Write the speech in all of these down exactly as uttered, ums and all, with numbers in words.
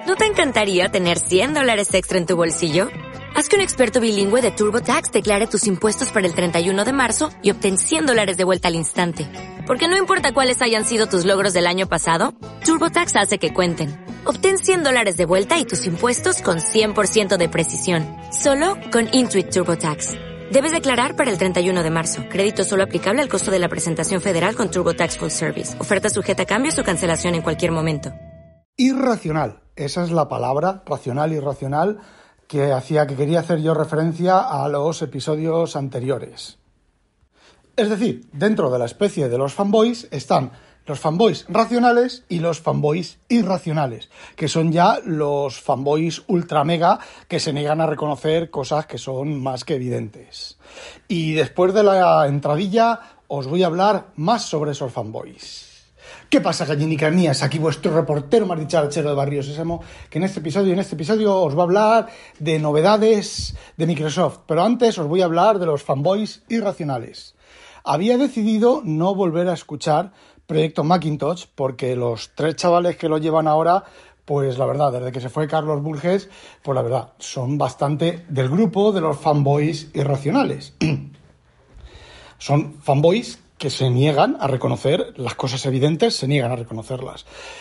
¿No te encantaría tener cien dólares extra en tu bolsillo? Haz que un experto bilingüe de TurboTax declare tus impuestos para el treinta y uno de marzo y obtén cien dólares de vuelta al instante. Porque no importa cuáles hayan sido tus logros del año pasado, TurboTax hace que cuenten. Obtén cien dólares de vuelta y tus impuestos con cien por ciento de precisión. Solo con Intuit TurboTax. Debes declarar para el treinta y uno de marzo. Crédito solo aplicable al costo de la presentación federal con TurboTax Full Service. Oferta sujeta a cambios o cancelación en cualquier momento. Irracional. Esa es la palabra, racional, irracional, que hacía que quería hacer yo referencia a los episodios anteriores. Es decir, dentro de la especie de los fanboys están los fanboys racionales y los fanboys irracionales, que son ya los fanboys ultra mega que se niegan a reconocer cosas que son más que evidentes. Y después de la entradilla os voy a hablar más sobre esos fanboys. ¿Qué pasa, gallinicas mías? Aquí vuestro reportero más dicharachero de Barrio Sésamo, que en este episodio, en este episodio os va a hablar de novedades de Microsoft. Pero antes os voy a hablar de los fanboys irracionales. Había decidido no volver a escuchar Proyecto Macintosh porque los tres chavales que lo llevan ahora, pues la verdad, desde que se fue Carlos Burges, pues la verdad, son bastante del grupo de los fanboys irracionales. Son fanboys que se niegan a reconocer las cosas evidentes, se niegan a reconocerlas.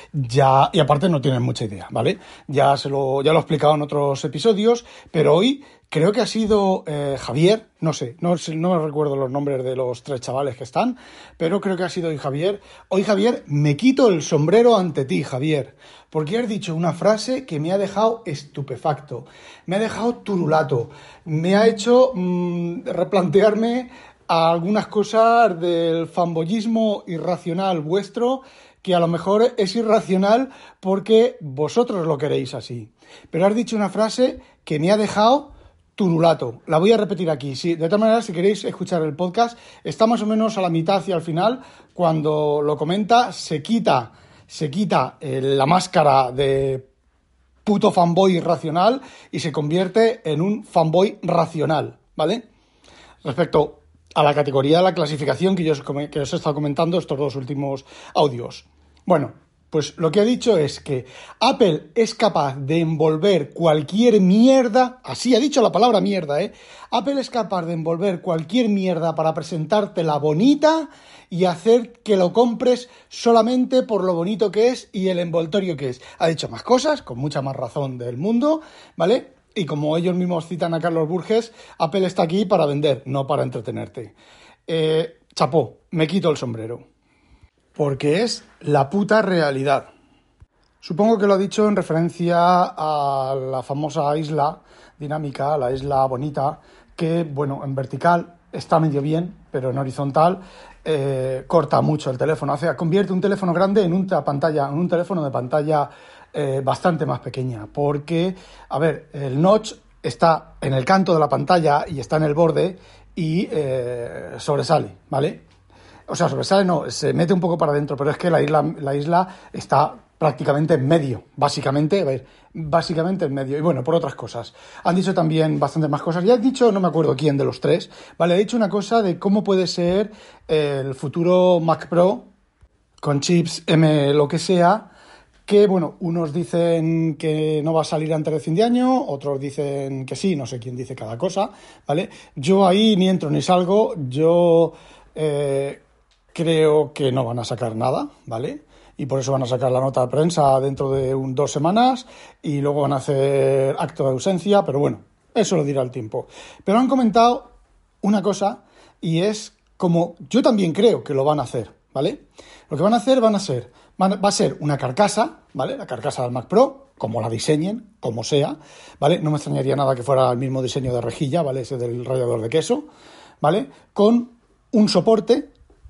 Ya, y aparte no tienen mucha idea, ¿vale? Ya se lo, ya lo he explicado en otros episodios, pero hoy creo que ha sido eh, Javier, no sé, no, no recuerdo los nombres de los tres chavales que están, pero creo que ha sido hoy Javier. Hoy, Javier, me quito el sombrero ante ti, Javier, porque has dicho una frase que me ha dejado estupefacto, me ha dejado turulato, me ha hecho mmm, replantearme a algunas cosas del fanboyismo irracional vuestro, que a lo mejor es irracional porque vosotros lo queréis así. Pero has dicho una frase que me ha dejado turulato. La voy a repetir aquí. Sí, de todas maneras, si queréis escuchar el podcast, está más o menos a la mitad hacia el final. Cuando lo comenta, se quita, se quita eh, la máscara de puto fanboy irracional y se convierte en un fanboy racional, ¿vale? Respecto a la categoría, a la clasificación que yo os, que os he estado comentando estos dos últimos audios. Bueno, pues lo que ha dicho es que Apple es capaz de envolver cualquier mierda, así ha dicho la palabra mierda, ¿eh? Apple es capaz de envolver cualquier mierda para presentártela bonita y hacer que lo compres solamente por lo bonito que es y el envoltorio que es. Ha dicho más cosas, con mucha más razón del mundo, ¿vale? Y como ellos mismos citan a Carlos Burges, Apple está aquí para vender, no para entretenerte. Eh, chapó, me quito el sombrero. Porque es la puta realidad. Supongo que lo ha dicho en referencia a la famosa isla dinámica, la isla bonita, que, bueno, en vertical está medio bien, pero en horizontal eh, corta mucho el teléfono. Hace, convierte un teléfono grande en una pantalla, en un teléfono de pantalla Eh, bastante más pequeña, porque, a ver, el notch está en el canto de la pantalla y está en el borde y eh, sobresale, ¿vale? O sea, sobresale no, se mete un poco para adentro, pero es que la isla, la isla está prácticamente en medio, básicamente, a ver, básicamente en medio, y bueno, por otras cosas. Han dicho también bastante más cosas, ya he dicho, no me acuerdo quién de los tres, ¿vale? He dicho una cosa de cómo puede ser el futuro Mac Pro con chips M lo que sea, que, bueno, unos dicen que no va a salir antes de fin de año, otros dicen que sí, no sé quién dice cada cosa, ¿vale? Yo ahí ni entro ni salgo, yo eh, creo que no van a sacar nada, ¿vale? Y por eso van a sacar la nota de prensa dentro de un, dos semanas y luego van a hacer acto de ausencia, pero bueno, eso lo dirá el tiempo. Pero han comentado una cosa y es como yo también creo que lo van a hacer, ¿vale? Lo que van a hacer van a ser... Va a ser una carcasa, ¿vale? La carcasa del Mac Pro, como la diseñen, como sea, ¿vale? No me extrañaría nada que fuera el mismo diseño de rejilla, ¿vale? Ese del rallador de queso, ¿vale? Con un soporte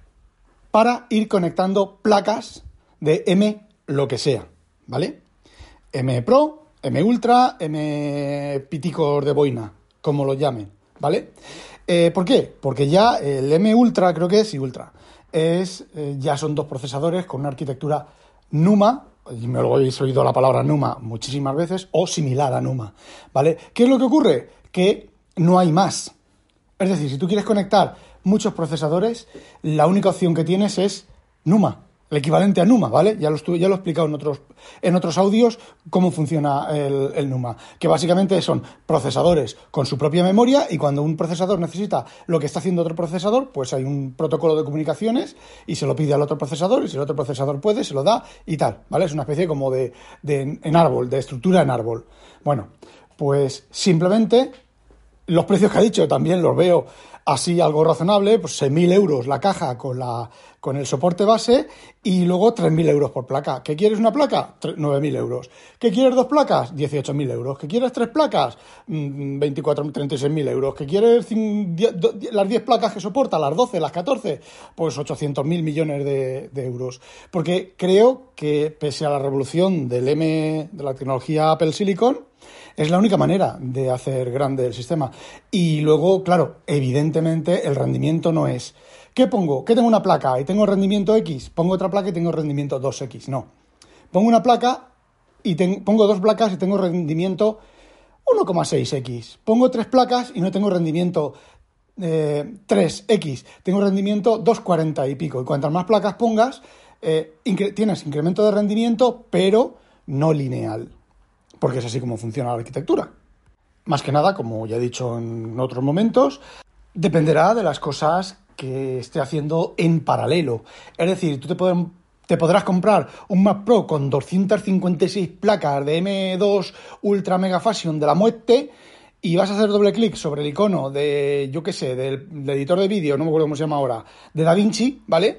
para ir conectando placas de M lo que sea, ¿vale? M Pro, M Ultra, M Piticos de boina, como lo llamen, ¿vale? Eh, ¿Por qué? Porque ya el M Ultra, creo que es, y Ultra, es, eh, ya son dos procesadores con una arquitectura NUMA, y me lo habéis oído la palabra NUMA muchísimas veces, o similar a NUMA, ¿vale? ¿Qué es lo que ocurre? Que no hay más. Es decir, si tú quieres conectar muchos procesadores, la única opción que tienes es NUMA, el equivalente a NUMA, ¿vale? Ya lo, estuve, ya lo he explicado en otros, en otros audios cómo funciona el, el NUMA, que básicamente son procesadores con su propia memoria, y cuando un procesador necesita lo que está haciendo otro procesador, pues hay un protocolo de comunicaciones y se lo pide al otro procesador, y si el otro procesador puede, se lo da y tal, ¿vale? Es una especie como de, de en árbol, de estructura en árbol. Bueno, pues simplemente los precios que ha dicho también los veo así algo razonable, pues seis mil euros la caja con, la, con el soporte base, y luego tres mil euros por placa. ¿Qué quieres una placa? nueve mil euros. ¿Qué quieres dos placas? dieciocho mil euros. ¿Qué quieres tres placas? veinticuatro, treinta y seis mil euros. ¿Qué quieres las diez placas que soporta? ¿Las doce, las catorce? Pues ochocientos mil millones de, de euros. Porque creo que pese a la revolución del M, de la tecnología Apple Silicon, es la única manera de hacer grande el sistema. Y luego, claro, evidentemente el rendimiento no es ¿qué pongo? ¿Qué tengo una placa y tengo rendimiento X? Pongo otra placa y tengo rendimiento dos equis. No. Pongo una placa y ten, pongo dos placas y tengo rendimiento uno coma seis equis. Pongo tres placas y no tengo rendimiento eh, tres equis. Tengo rendimiento dos coma cuarenta y pico. Y cuantas más placas pongas, eh, incre- tienes incremento de rendimiento, pero no lineal. Porque es así como funciona la arquitectura. Más que nada, como ya he dicho en otros momentos, dependerá de las cosas que esté haciendo en paralelo. Es decir, tú te, pod- te podrás comprar un Mac Pro con doscientas cincuenta y seis placas de eme dos Ultra Mega Fashion de la muerte, y vas a hacer doble clic sobre el icono de, yo qué sé, del, del editor de vídeo, no me acuerdo cómo se llama ahora, de DaVinci, ¿vale?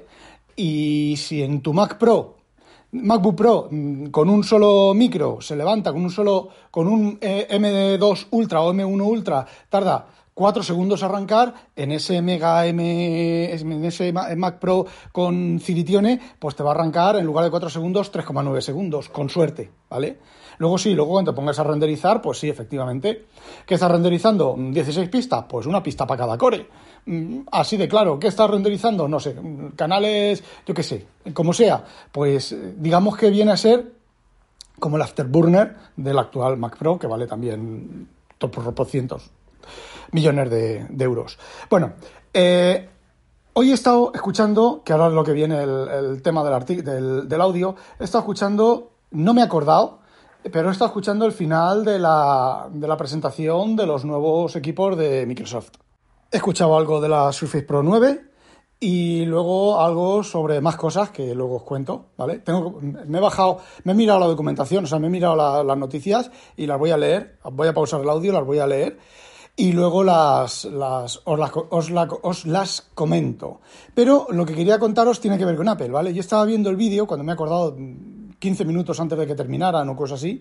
Y si en tu Mac Pro MacBook Pro con un solo micro se levanta, con un solo con un eh, eme dos Ultra o eme uno Ultra tarda cuatro segundos arrancar, en ese Mega M, en ese Mac Pro con Ciritione, pues te va a arrancar en lugar de cuatro segundos, tres coma nueve segundos, con suerte, ¿vale? Luego sí, luego cuando te pongas a renderizar, pues sí, efectivamente. ¿Qué estás renderizando? ¿dieciséis pistas? Pues una pista para cada core. Así de claro. ¿Qué estás renderizando? No sé, canales, yo qué sé, como sea. Pues digamos que viene a ser como el afterburner del actual Mac Pro, que vale también por cientos millones de, de euros. Bueno, eh, hoy he estado escuchando, que ahora es lo que viene el, el tema del, artic- del, del audio, he estado escuchando, no me he acordado, pero he estado escuchando el final de la, de la presentación de los nuevos equipos de Microsoft. He escuchado algo de la Surface Pro nueve y luego algo sobre más cosas que luego os cuento, ¿vale? Tengo, me he bajado, me he mirado la documentación, o sea, me he mirado la, las noticias y las voy a leer, voy a pausar el audio, las voy a leer y luego las, las, os, las, os, la, os las comento. Pero lo que quería contaros tiene que ver con Apple, ¿vale? Yo estaba viendo el vídeo cuando me he acordado quince minutos antes de que terminaran o cosas así.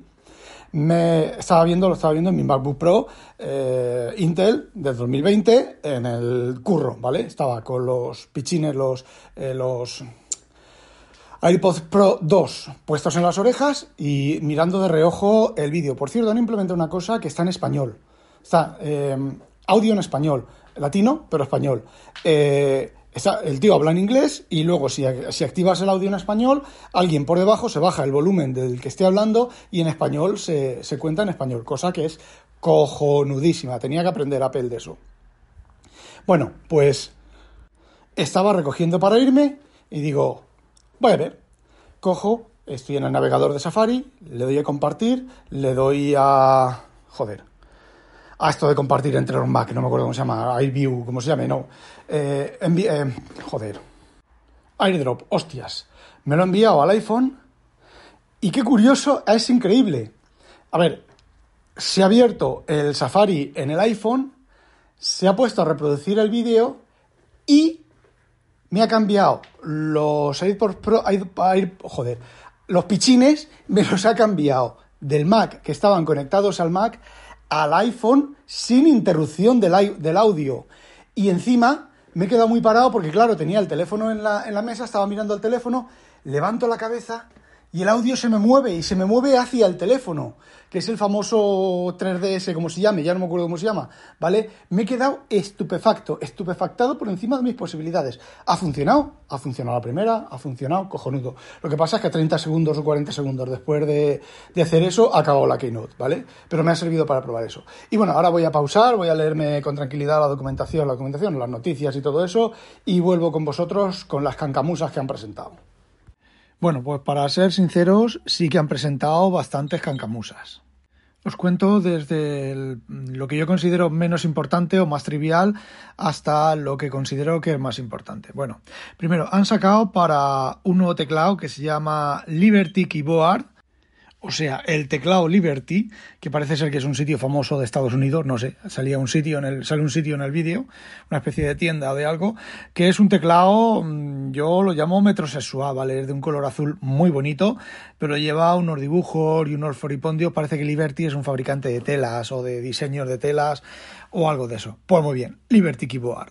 Me estaba viendo, lo estaba viendo en mi MacBook Pro eh, Intel del dos mil veinte en el curro, ¿vale? Estaba con los pichines, los, eh, los AirPods Pro dos puestos en las orejas y mirando de reojo el vídeo. Por cierto, han implementado una cosa que está en español. Está eh, audio en español, latino, pero español. Eh, está, el tío habla en inglés y luego si, si activas el audio en español, alguien por debajo se baja el volumen del que esté hablando y en español se, se cuenta en español, cosa que es cojonudísima. Tenía que aprender Apple de eso. Bueno, pues estaba recogiendo para irme y digo, voy a ver. Cojo, estoy en el navegador de Safari, le doy a compartir, le doy a... joder... a esto de compartir entre los Mac, no me acuerdo cómo se llama, iView, como se llame, no. Eh, envi- eh, joder. AirDrop, hostias. Me lo he enviado al iPhone y qué curioso, es increíble. A ver, se ha abierto el Safari en el iPhone, se ha puesto a reproducir el vídeo y me ha cambiado los AirPods Pro, Air, Air, joder, los pichines, me los ha cambiado del Mac, que estaban conectados al Mac, al iPhone sin interrupción del, del audio. Y encima me he quedado muy parado porque, claro, tenía el teléfono en la, en la mesa, estaba mirando el teléfono, levanto la cabeza y el audio se me mueve, y se me mueve hacia el teléfono, que es el famoso tres D S, como se llame, ya no me acuerdo cómo se llama, ¿vale? Me he quedado estupefacto, estupefactado por encima de mis posibilidades. ¿Ha funcionado? Ha funcionado la primera, ha funcionado, cojonudo. Lo que pasa es que treinta segundos o cuarenta segundos después de, de hacer eso, ha acabado la Keynote, ¿vale? Pero me ha servido para probar eso. Y bueno, ahora voy a pausar, voy a leerme con tranquilidad la documentación, la documentación, las noticias y todo eso, y vuelvo con vosotros con las cancamusas que han presentado. Bueno, pues para ser sinceros, sí que han presentado bastantes cancamusas. Os cuento desde el, lo que yo considero menos importante o más trivial hasta lo que considero que es más importante. Bueno, primero, han sacado para un nuevo teclado que se llama Liberty Keyboard, o sea, el teclado Liberty, que parece ser que es un sitio famoso de Estados Unidos, no sé, salía un sitio en el, sale un sitio en el vídeo, una especie de tienda o de algo, que es un teclado, yo lo llamo metrosexual, ¿vale? Es de un color azul muy bonito, pero lleva unos dibujos y unos floripondios, parece que Liberty es un fabricante de telas o de diseños de telas o algo de eso. Pues muy bien, Liberty Keyboard.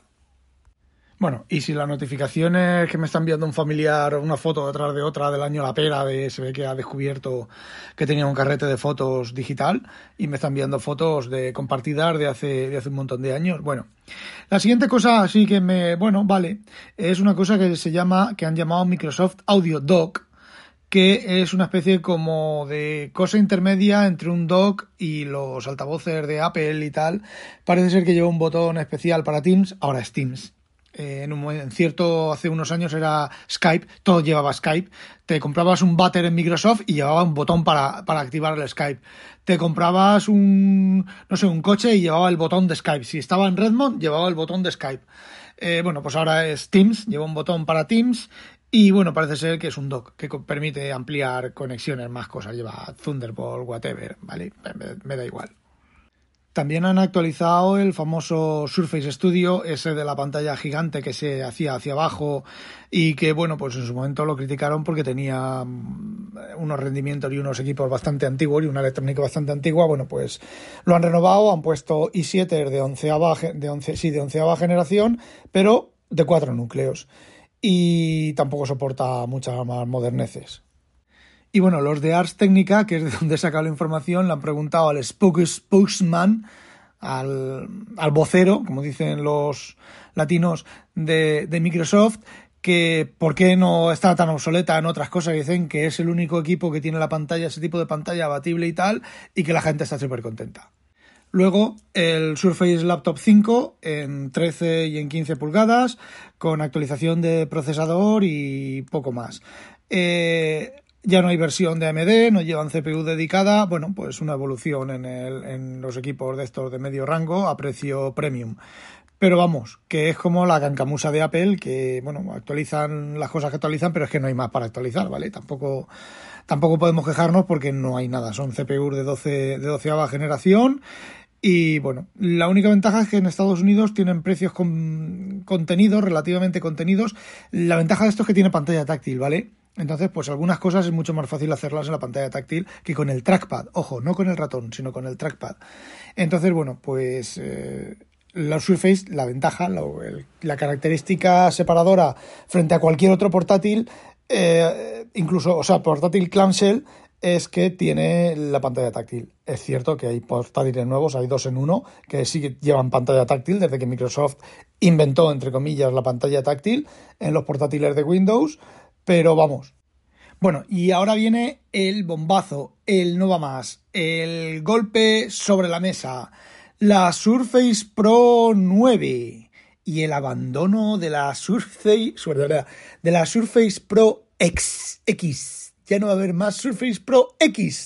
Bueno, y si las notificaciones que me está enviando un familiar, una foto detrás de otra del año la pera, de se ve que ha descubierto que tenía un carrete de fotos digital y me está enviando fotos de compartidas de hace, de hace un montón de años. Bueno, la siguiente cosa sí que me, bueno, vale, es una cosa que se llama, que han llamado Microsoft Audio Dock, que es una especie como de cosa intermedia entre un dock y los altavoces de Apple y tal. Parece ser que lleva un botón especial para Teams, ahora es Teams. Eh, en, un, en cierto, hace unos años era Skype, todo llevaba Skype. Te comprabas un váter en Microsoft y llevaba un botón para, para activar el Skype. Te comprabas un, no sé, un coche y llevaba el botón de Skype. Si estaba en Redmond, llevaba el botón de Skype. Eh, bueno, pues ahora es Teams, lleva un botón para Teams y bueno, parece ser que es un dock que permite ampliar conexiones, más cosas. Lleva Thunderbolt, whatever, ¿vale? Me, me da igual. También han actualizado el famoso Surface Studio, ese de la pantalla gigante que se hacía hacia abajo y que, bueno, pues en su momento lo criticaron porque tenía unos rendimientos y unos equipos bastante antiguos y una electrónica bastante antigua. Bueno, pues lo han renovado, han puesto i siete de onceava, de once, sí, de onceava generación, pero de cuatro núcleos y tampoco soporta muchas más moderneces. Y bueno, los de Ars Technica, que es de donde he sacado la información, le han preguntado al spokesman, al, al vocero, como dicen los latinos, de, de Microsoft, que por qué no está tan obsoleta en otras cosas. Dicen que es el único equipo que tiene la pantalla, ese tipo de pantalla abatible y tal, y que la gente está súper contenta. Luego el Surface Laptop cinco en trece y en quince pulgadas, con actualización de procesador y poco más. Eh... Ya no hay versión de A M D, no llevan C P U dedicada. Bueno, pues una evolución en, el, en los equipos de estos de medio rango a precio premium. Pero vamos, que es como la cancamusa de Apple, que, bueno, actualizan las cosas que actualizan, pero es que no hay más para actualizar, ¿vale? Tampoco, tampoco podemos quejarnos porque no hay nada. Son C P U de doce, de doceava generación. Y bueno, la única ventaja es que en Estados Unidos tienen precios con, contenidos, relativamente contenidos. La ventaja de esto es que tiene pantalla táctil, ¿vale? Entonces, pues algunas cosas es mucho más fácil hacerlas en la pantalla táctil que con el trackpad. Ojo, no con el ratón, sino con el trackpad. Entonces, bueno, pues eh, la Surface, la ventaja, la, el, la característica separadora frente a cualquier otro portátil, eh, incluso, o sea, portátil clamshell, es que tiene la pantalla táctil. Es cierto que hay portátiles nuevos, hay dos en uno, que sí que llevan pantalla táctil desde que Microsoft inventó, entre comillas, la pantalla táctil en los portátiles de Windows. Pero vamos. Bueno, y ahora viene el bombazo, el no va más, el golpe sobre la mesa, la Surface Pro nueve y el abandono de la Surface, de la Surface Pro X. Ya no va a haber más Surface Pro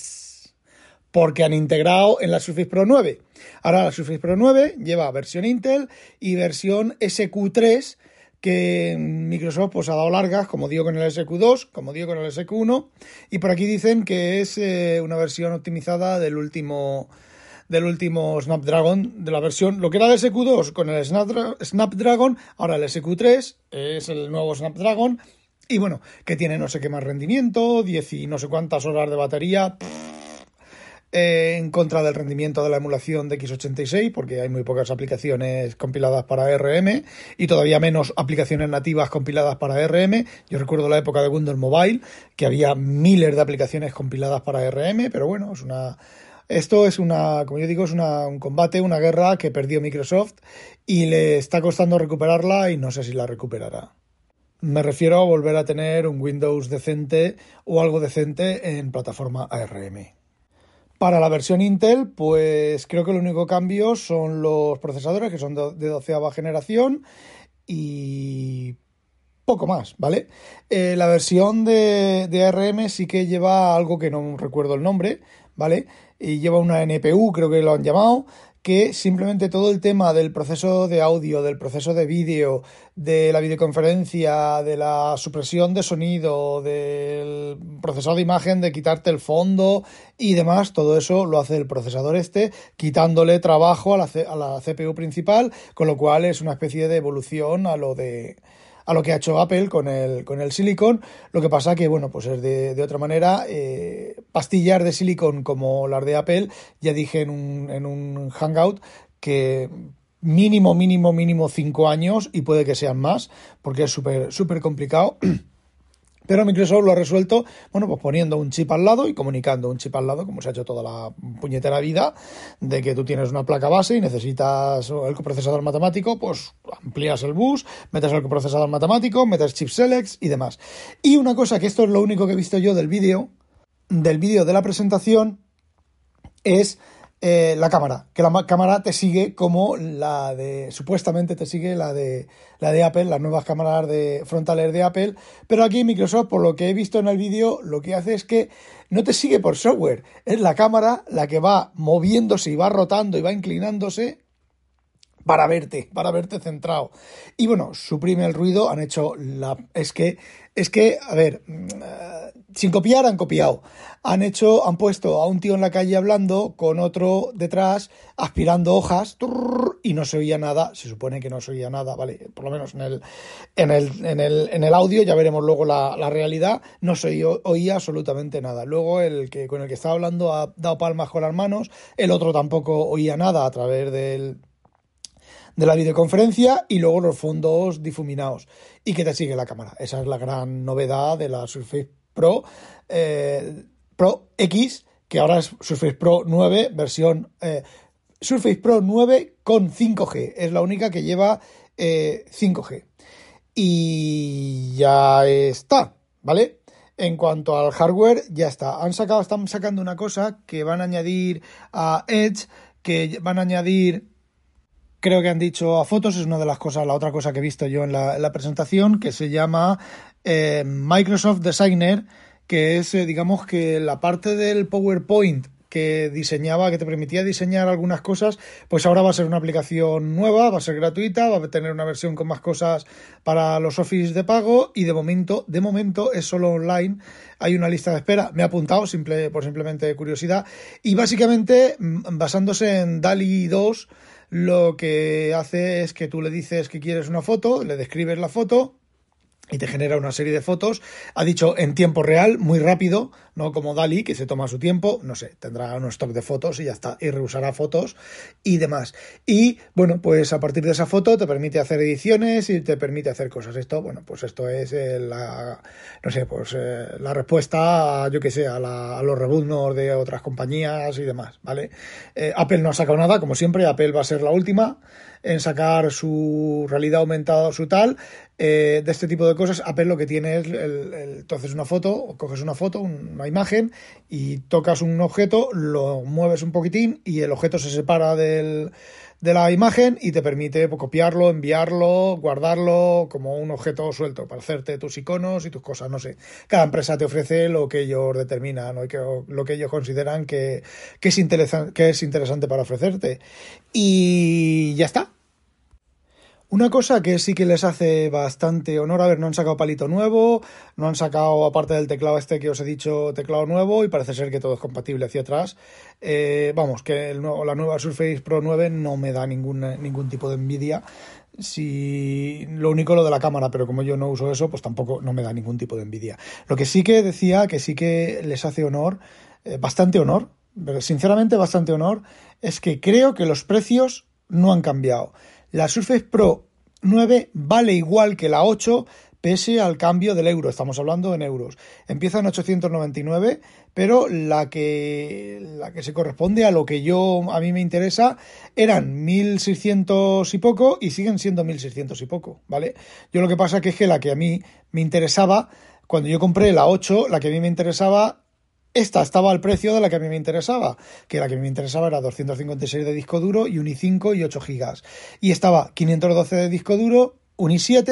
X, porque han integrado en la Surface Pro nueve. Ahora la Surface Pro nueve lleva versión Intel y versión ese cu tres, que Microsoft pues ha dado largas, como dio con el ese cu dos, como dio con el ese cu uno, y por aquí dicen que es eh, una versión optimizada del último del último Snapdragon, de la versión, lo que era el ese cu dos con el Snapdragon, ahora el ese cu tres es el nuevo Snapdragon, y bueno, que tiene no sé qué más rendimiento, diez y no sé cuántas horas de batería, Eh, en contra del rendimiento de la emulación de equis ochenta y seis, porque hay muy pocas aplicaciones compiladas para A R M y todavía menos aplicaciones nativas compiladas para A R M. Yo recuerdo la época de Windows Mobile, que había miles de aplicaciones compiladas para A R M, pero bueno, es una... Esto es una, como yo digo, es una, un combate, una guerra que perdió Microsoft y le está costando recuperarla y no sé si la recuperará. Me refiero a volver a tener un Windows decente o algo decente en plataforma A R M. Para la versión Intel, pues creo que el único cambio son los procesadores, que son de doceava generación, y poco más, ¿vale? Eh, la versión de, de A R M sí que lleva algo que no recuerdo el nombre, ¿vale? Y lleva una N P U, creo que lo han llamado, que simplemente todo el tema del proceso de audio, del proceso de vídeo, de la videoconferencia, de la supresión de sonido, del procesador de imagen, de quitarte el fondo y demás, todo eso lo hace el procesador este, quitándole trabajo a la, C- a la C P U principal, con lo cual es una especie de evolución a lo de a lo que ha hecho Apple con el, con el Silicon. Lo que pasa que, bueno, pues es de, de otra manera, eh, pastillas de Silicon como las de Apple, ya dije en un, en un Hangout que mínimo, mínimo, mínimo cinco años y puede que sean más, porque es súper, súper complicado. Pero Microsoft lo ha resuelto, bueno, pues poniendo un chip al lado y comunicando un chip al lado, como se ha hecho toda la puñetera vida, de que tú tienes una placa base y necesitas el coprocesador matemático, pues amplías el bus, metes el coprocesador matemático, metes chip selects y demás. Y una cosa, que esto es lo único que he visto yo del vídeo, del vídeo de la presentación, es eh, la cámara, que la ma- cámara te sigue como la de, supuestamente te sigue la de la de Apple, las nuevas cámaras de frontales de Apple, pero aquí Microsoft, por lo que he visto en el vídeo, lo que hace es que no te sigue por software, es la cámara la que va moviéndose y va rotando y va inclinándose para verte, para verte centrado. Y bueno, suprime el ruido, han hecho la... Es que, es que, a ver, uh, sin copiar han copiado. Han hecho, han puesto a un tío en la calle hablando con otro detrás, aspirando hojas, turr, y no se oía nada, se supone que no se oía nada, ¿vale? Por lo menos en el, en el, en el, en el audio, ya veremos luego la, la realidad, no se oía, oía absolutamente nada. Luego el que con el que estaba hablando ha dado palmas con las manos, el otro tampoco oía nada a través del... de la videoconferencia y luego los fondos difuminados y que te sigue la cámara. Esa es la gran novedad de la Surface Pro eh, Pro X, que ahora es Surface Pro nueve, versión eh, Surface Pro nueve con cinco G. Es la única que lleva eh, cinco G. Y ya está, ¿vale? En cuanto al hardware, ya está. Han sacado, están sacando una cosa que van a añadir a Edge, que van a añadir... Creo que han dicho a fotos, es una de las cosas, la otra cosa que he visto yo en la, en la presentación, que se llama eh, Microsoft Designer, que es, eh, digamos, que la parte del PowerPoint que diseñaba, que te permitía diseñar algunas cosas, pues ahora va a ser una aplicación nueva, va a ser gratuita, va a tener una versión con más cosas para los Office de pago y de momento, de momento es solo online. Hay una lista de espera, me he apuntado simple, por simplemente curiosidad, y básicamente basándose en DALL-E dos, lo que hace es que tú le dices que quieres una foto, le describes la foto y te genera una serie de fotos. Ha dicho en tiempo real, muy rápido, no como DALL-E, que se toma su tiempo, no sé, tendrá un stock de fotos y ya está, y reusará fotos y demás. Y bueno, pues a partir de esa foto te permite hacer ediciones y te permite hacer cosas. Esto, bueno, pues esto es eh, la, no sé, pues eh, la respuesta, a, yo que sé, a, la, a los rebuznos de otras compañías y demás, ¿vale? Eh, Apple no ha sacado nada, como siempre, Apple va a ser la última en sacar su realidad aumentada, su tal, eh, de este tipo de cosas. Apple lo que tiene es, el, el, tú haces una foto, coges una foto, una imagen y tocas un objeto, lo mueves un poquitín y el objeto se separa del, de la imagen y te permite pues, copiarlo, enviarlo, guardarlo como un objeto suelto para hacerte tus iconos y tus cosas, no sé. Cada empresa te ofrece lo que ellos determinan, ¿no? Y que, lo que ellos consideran que, que, es interesante, que es interesante para ofrecerte. Y ya está. Una cosa que sí que les hace bastante honor, a ver, no han sacado palito nuevo, no han sacado, aparte del teclado este que os he dicho, teclado nuevo, y parece ser que todo es compatible hacia atrás. Eh, vamos, que el nuevo, la nueva Surface Pro nueve no me da ningún, ningún tipo de envidia. Si, lo único lo de la cámara, pero como yo no uso eso, pues tampoco no me da ningún tipo de envidia. Lo que sí que decía, que sí que les hace honor, eh, bastante honor, pero sinceramente bastante honor, es que creo que los precios no han cambiado. La Surface Pro nueve vale igual que la ocho, pese al cambio del euro, estamos hablando en euros. Empieza en ochocientos noventa y nueve, pero la que, la que se corresponde a lo que yo a mí me interesa eran mil seiscientos y poco y siguen siendo mil seiscientos y poco, ¿vale? Yo lo que pasa que es que la que a mí me interesaba, cuando yo compré la ocho, la que a mí me interesaba... Esta estaba al precio de la que a mí me interesaba, que la que a mí me interesaba era doscientos cincuenta y seis de disco duro y un i cinco y ocho gigas. Y estaba quinientos doce de disco duro, un i siete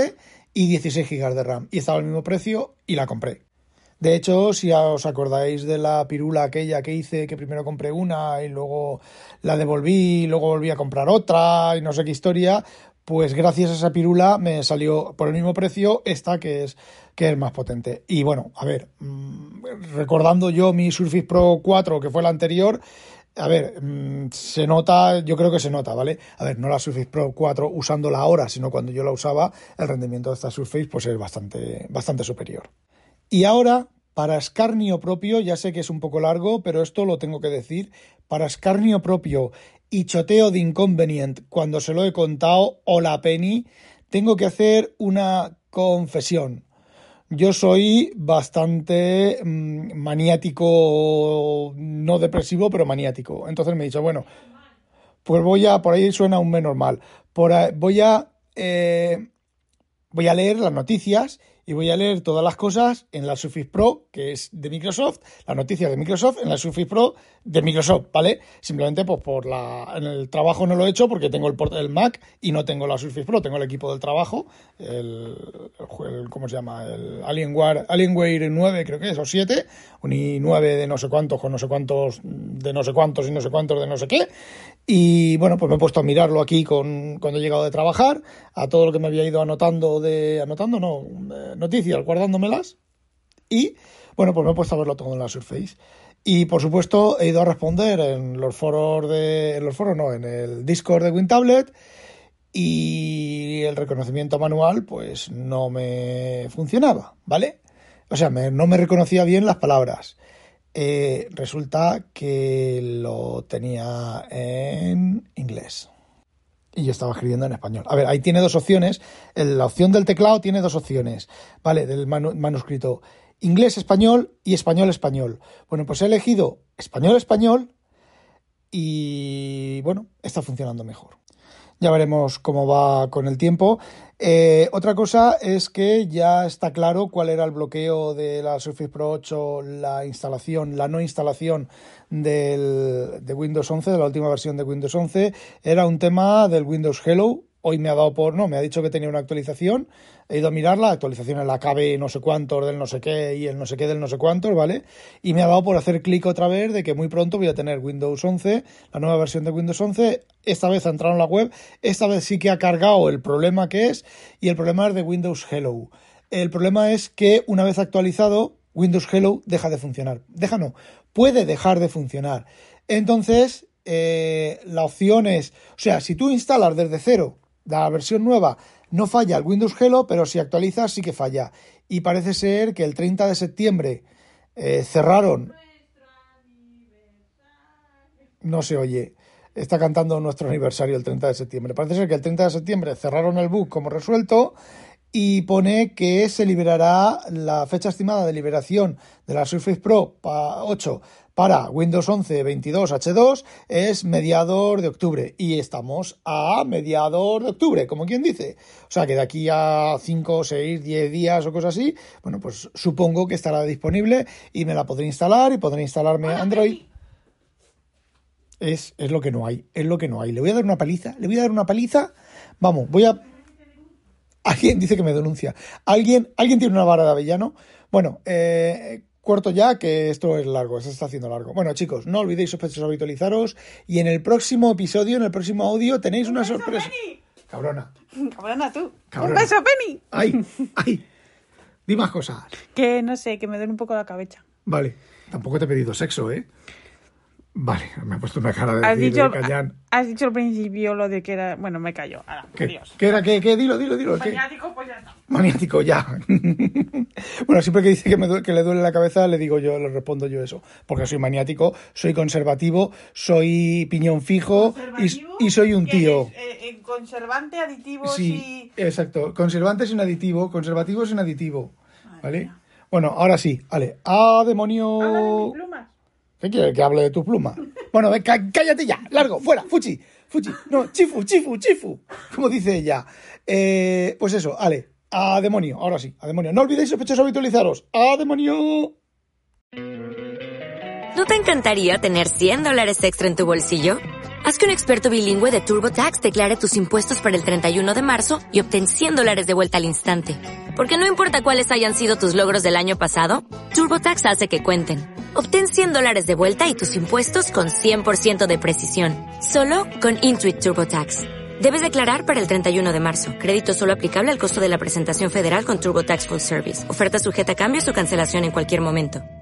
y dieciséis gigas de RAM. Y estaba al mismo precio y la compré. De hecho, si os acordáis de la pirula aquella que hice, que primero compré una y luego la devolví y luego volví a comprar otra y no sé qué historia, pues gracias a esa pirula me salió por el mismo precio esta que es, que es más potente. Y bueno, a ver, mmm, recordando yo mi Surface Pro cuatro, que fue la anterior, a ver, mmm, se nota, yo creo que se nota, ¿vale? A ver, no la Surface Pro cuatro usándola ahora, sino cuando yo la usaba, el rendimiento de esta Surface pues es bastante, bastante superior. Y ahora, para escarnio propio, ya sé que es un poco largo, pero esto lo tengo que decir, para escarnio propio y choteo de inconvenient, cuando se lo he contado, hola Penny, tengo que hacer una confesión. Yo soy bastante mmm, maniático, no depresivo, pero maniático. Entonces me he dicho, bueno, pues voy a, por ahí suena un menos mal, por ahí, voy a, eh, voy a leer las noticias y voy a leer todas las cosas en la Surface Pro, que es de Microsoft, las noticias de Microsoft en la Surface Pro de Microsoft, ¿vale? Simplemente pues por la en el trabajo no lo he hecho porque tengo el, el Mac y no tengo la Surface Pro, tengo el equipo del trabajo, el, el ¿cómo se llama? El Alienware, Alienware nueve creo que es, o siete, un i nueve de no sé cuántos, con no sé cuántos, de no sé cuántos y no sé cuántos de no sé qué. Y bueno, pues me he puesto a mirarlo aquí con, cuando he llegado de trabajar, a todo lo que me había ido anotando de, anotando no, eh, noticias, guardándomelas. Y bueno, pues me he puesto a verlo todo en la Surface. Y por supuesto he ido a responder en los foros de, en los foros no, en el Discord de WinTablet. Y el reconocimiento manual pues no me funcionaba, ¿vale? O sea, me, no me reconocía bien las palabras. Eh, resulta que lo tenía en inglés y yo estaba escribiendo en español. A ver, ahí tiene dos opciones. La opción del teclado tiene dos opciones, ¿vale? Del manu- manuscrito. Inglés-español y español-español. Bueno, pues he elegido español-español y, bueno, está funcionando mejor. Ya veremos cómo va con el tiempo. Eh, otra cosa es que ya está claro cuál era el bloqueo de la Surface Pro ocho, la instalación, la no instalación del, de Windows once, de la última versión de Windows once. Era un tema del Windows Hello. Hoy me ha dado por, no, me ha dicho que tenía una actualización, he ido a mirarla, actualización en la K B no sé cuántos del no sé qué y el no sé qué del no sé cuántos, ¿vale? Y me ha dado por hacer clic otra vez de que muy pronto voy a tener Windows once, la nueva versión de Windows once, esta vez ha entrado en la web, esta vez sí que ha cargado el problema que es, y el problema es de Windows Hello. El problema es que una vez actualizado, Windows Hello deja de funcionar. Deja no, puede dejar de funcionar. Entonces, eh, la opción es, o sea, si tú instalas desde cero la versión nueva, no falla el Windows Hello, pero si actualizas sí que falla. Y parece ser que el treinta de septiembre eh, cerraron... No se oye. Está cantando nuestro aniversario el treinta de septiembre. Parece ser que el treinta de septiembre cerraron el bug como resuelto y pone que se liberará la fecha estimada de liberación de la Surface Pro ocho para Windows once veintidós H dos es mediados de octubre y estamos a mediados de octubre, como quien dice. O sea que de aquí a cinco, seis, diez días o cosas así, bueno, pues supongo que estará disponible y me la podré instalar y podré instalarme Hola, Android. Penny. Es, es lo que no hay, es lo que no hay. Le voy a dar una paliza, le voy a dar una paliza. Vamos, voy a... Alguien dice que me denuncia. ¿Alguien, ¿alguien tiene una vara de avellano? Bueno, eh, corto ya, que esto es largo, se está haciendo largo. Bueno, chicos, no olvidéis sospechosos habitualizaros y en el próximo episodio, en el próximo audio, tenéis ¡Un una beso, sorpresa. Penny! Cabrona. Cabrona tú. Cabrona. ¡Un beso, Penny! ¡Ay! ¡Ay! Di más cosas. Que no sé, que me duele un poco la cabeza. Vale. Tampoco te he pedido sexo, ¿eh? Vale, me ha puesto una cara de Has decir, dicho, de callar. has dicho al principio lo de que era... Bueno, me callo. Ahora, ¿Qué, adiós. ¿Qué era? ¿Qué? ¿Qué? Dilo, dilo, dilo. ¿Qué? Maniático, pues ya está. Maniático, ya. Bueno, siempre que dice que, me duele, que le duele la cabeza, le digo yo, le respondo yo eso. Porque soy maniático, soy conservativo, soy piñón fijo y, y soy un tío. Es, eh, eh, conservante, aditivos Sí, y... exacto. Conservante es un aditivo, conservativo es un aditivo. Madre ¿Vale? mía. Bueno, ahora sí, vale. ¡Ah, demonio! Habla de mis plumas. ¿Qué quiere que hable de tus plumas? Bueno, ve, cá- cállate ya, largo, fuera, fuchi, fuchi, no, chifu, chifu, chifu, como dice ella. Eh, pues eso, ale, a demonio, ahora sí, a demonio. No olvidéis sospechosos habitualizaros, a demonio. ¿No te encantaría tener cien dólares extra en tu bolsillo? Haz que un experto bilingüe de TurboTax declare tus impuestos para el treinta y uno de marzo y obtén cien dólares de vuelta al instante. Porque no importa cuáles hayan sido tus logros del año pasado, TurboTax hace que cuenten. Obtén cien dólares de vuelta y tus impuestos con cien por ciento de precisión. Solo con Intuit TurboTax. Debes declarar para el treinta y uno de marzo. Crédito solo aplicable al costo de la presentación federal con TurboTax Full Service. Oferta sujeta a cambios o cancelación en cualquier momento.